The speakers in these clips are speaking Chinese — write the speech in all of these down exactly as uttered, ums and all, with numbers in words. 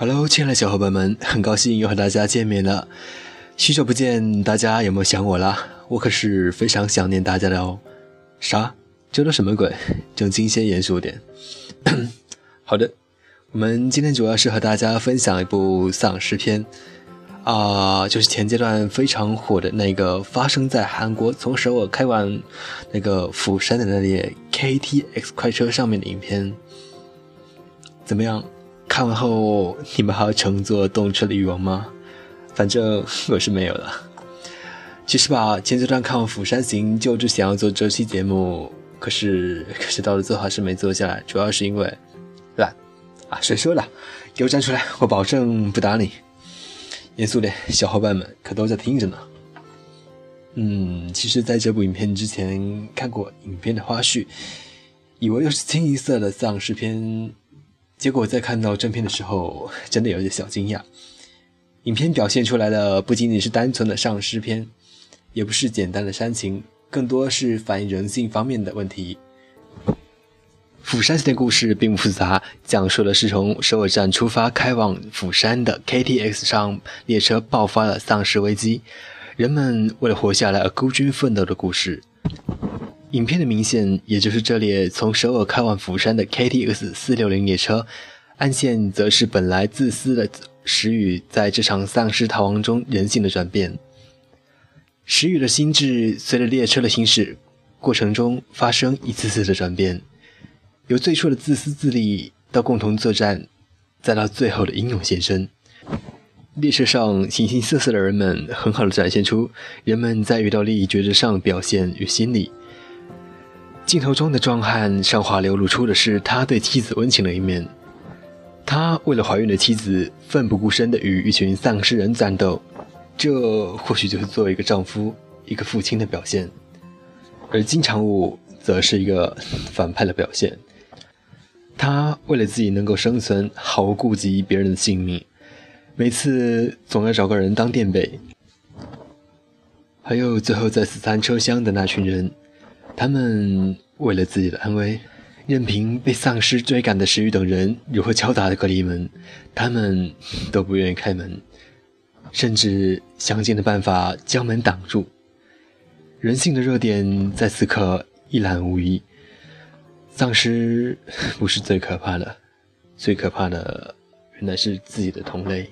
Hello， 亲爱的小伙伴们，很高兴又和大家见面了。许久不见，大家有没有想我啦？我可是非常想念大家的哦。啥？这都什么鬼？正经些，严肃点。好的，我们今天主要是和大家分享一部丧尸片啊、呃，就是前阶段非常火的那个发生在韩国从首尔开往那个釜山的那列 K T X 快车上面的影片。怎么样？看完后你们还要乘坐动车的欲望吗？反正我是没有了。其实吧，前阶段看完《釜山行》就只想要做这期节目，可是可是到了最后还是没做下来，主要是因为懒啊！谁说的？给我站出来，我保证不打你。严肃点，小伙伴们可都在听着呢。嗯，其实在这部影片之前看过影片的花絮，以为又是清一色的丧尸片。结果在看到正片的时候，真的有点小惊讶。影片表现出来的不仅仅是单纯的丧尸片，也不是简单的煽情，更多是反映人性方面的问题。釜山行的故事并不复杂，讲述的是从首尔站出发开往釜山的 K T X 上列车爆发了丧尸危机，人们为了活下来而孤军奋斗的故事。影片的明线也就是这列从首尔开往釜山的 K T X 四六零列车，暗线则是本来自私的石宇在这场丧尸逃亡中人性的转变。石宇的心智随着列车的行驶过程中发生一次次的转变，由最初的自私自利到共同作战，再到最后的英勇献身。列车上形形色色的人们很好地展现出人们在遇到利益抉择上的表现与心理。镜头中的壮汉上话流露出的是他对妻子温情的一面，他为了怀孕的妻子奋不顾身地与一群丧尸人战斗，这或许就是作为一个丈夫一个父亲的表现。而金常武则是一个反派的表现，他为了自己能够生存毫无顾及别人的性命，每次总要找个人当垫背。还有最后在死残车厢的那群人，他们为了自己的安危，任凭被丧尸追赶的石宇等人如何敲打的隔离门，他们都不愿意开门，甚至想尽了办法将门挡住。人性的热点在此刻一览无遗。丧尸不是最可怕的，最可怕的原来是自己的同类。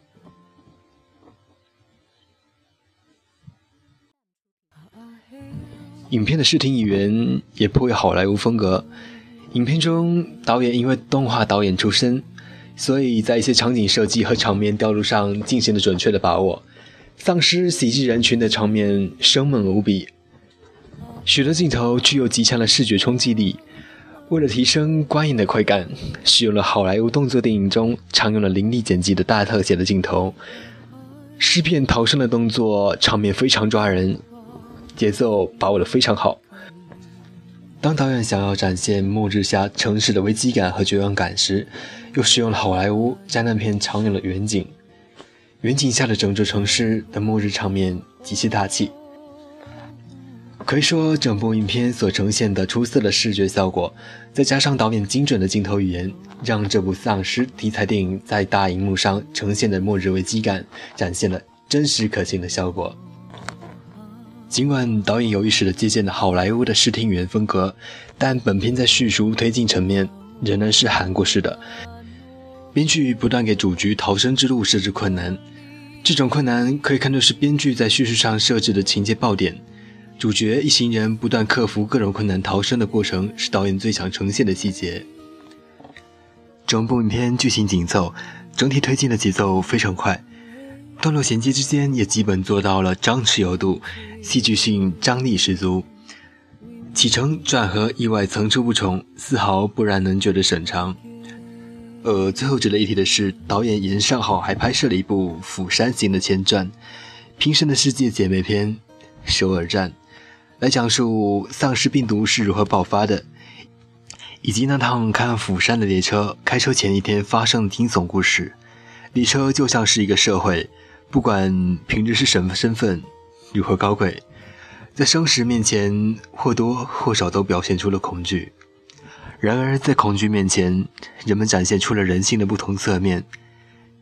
影片的视听语言也颇有好莱坞风格。影片中导演因为动画导演出身，所以在一些场景设计和场面调度上进行了准确的把握。丧尸袭击人群的场面生猛无比，许多镜头具有极强的视觉冲击力。为了提升观影的快感，使用了好莱坞动作电影中常用的凌厉剪辑的大特写的镜头。尸变逃生的动作场面非常抓人，节奏把握得非常好。当导演想要展现末日下城市的危机感和绝望感时，又使用了好莱坞灾难片常用的远景。远景下的整座城市的末日场面极其大气。可以说整部影片所呈现的出色的视觉效果，再加上导演精准的镜头语言，让这部丧尸题材电影在大荧幕上呈现的末日危机感展现了真实可信的效果。尽管导演有意识地借鉴了好莱坞的视听语言风格，但本片在叙述推进层面仍然是韩国式的。编剧不断给主角逃生之路设置困难，这种困难可以看作是编剧在叙述上设置的情节爆点。主角一行人不断克服各种困难逃生的过程是导演最想呈现的细节。整部影片剧情紧凑，整体推进的节奏非常快，段落衔接之间也基本做到了张弛有度，戏剧性张力十足，起承转合意外层出不穷，丝毫不让人觉得省长。呃，最后值得一提的是，导演严尚浩还拍摄了一部《釜山行》的前传《平生的世界姐妹篇》首尔站，来讲述丧尸病毒是如何爆发的，以及那趟开往釜山的列车开车前一天发生的惊悚故事。列车就像是一个社会，不管平日是什么身份，如何高贵，在生死面前或多或少都表现出了恐惧。然而在恐惧面前，人们展现出了人性的不同侧面，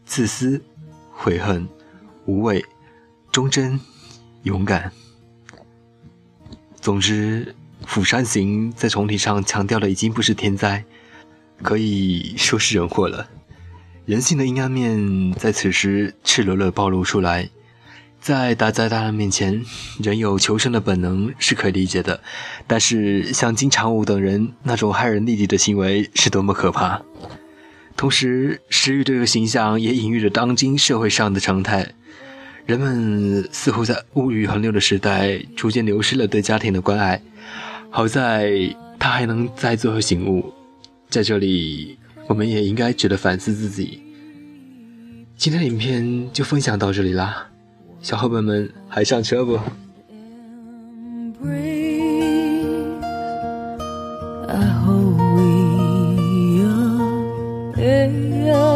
自私、悔恨、无畏、忠贞、勇敢。总之，《釜山行》在总体上强调的已经不是天灾，可以说是人祸了。人性的阴暗面在此时赤裸裸暴露出来。在大灾大难面前，人有求生的本能是可以理解的，但是像金常武等人那种害人利己的行为是多么可怕。同时，石玉这个形象也隐喻着当今社会上的常态，人们似乎在物欲横流的时代逐渐流失了对家庭的关爱。好在他还能在最后醒悟，在这里我们也应该值得反思自己。今天的影片就分享到这里啦，小伙伴们还上车不？I hope we are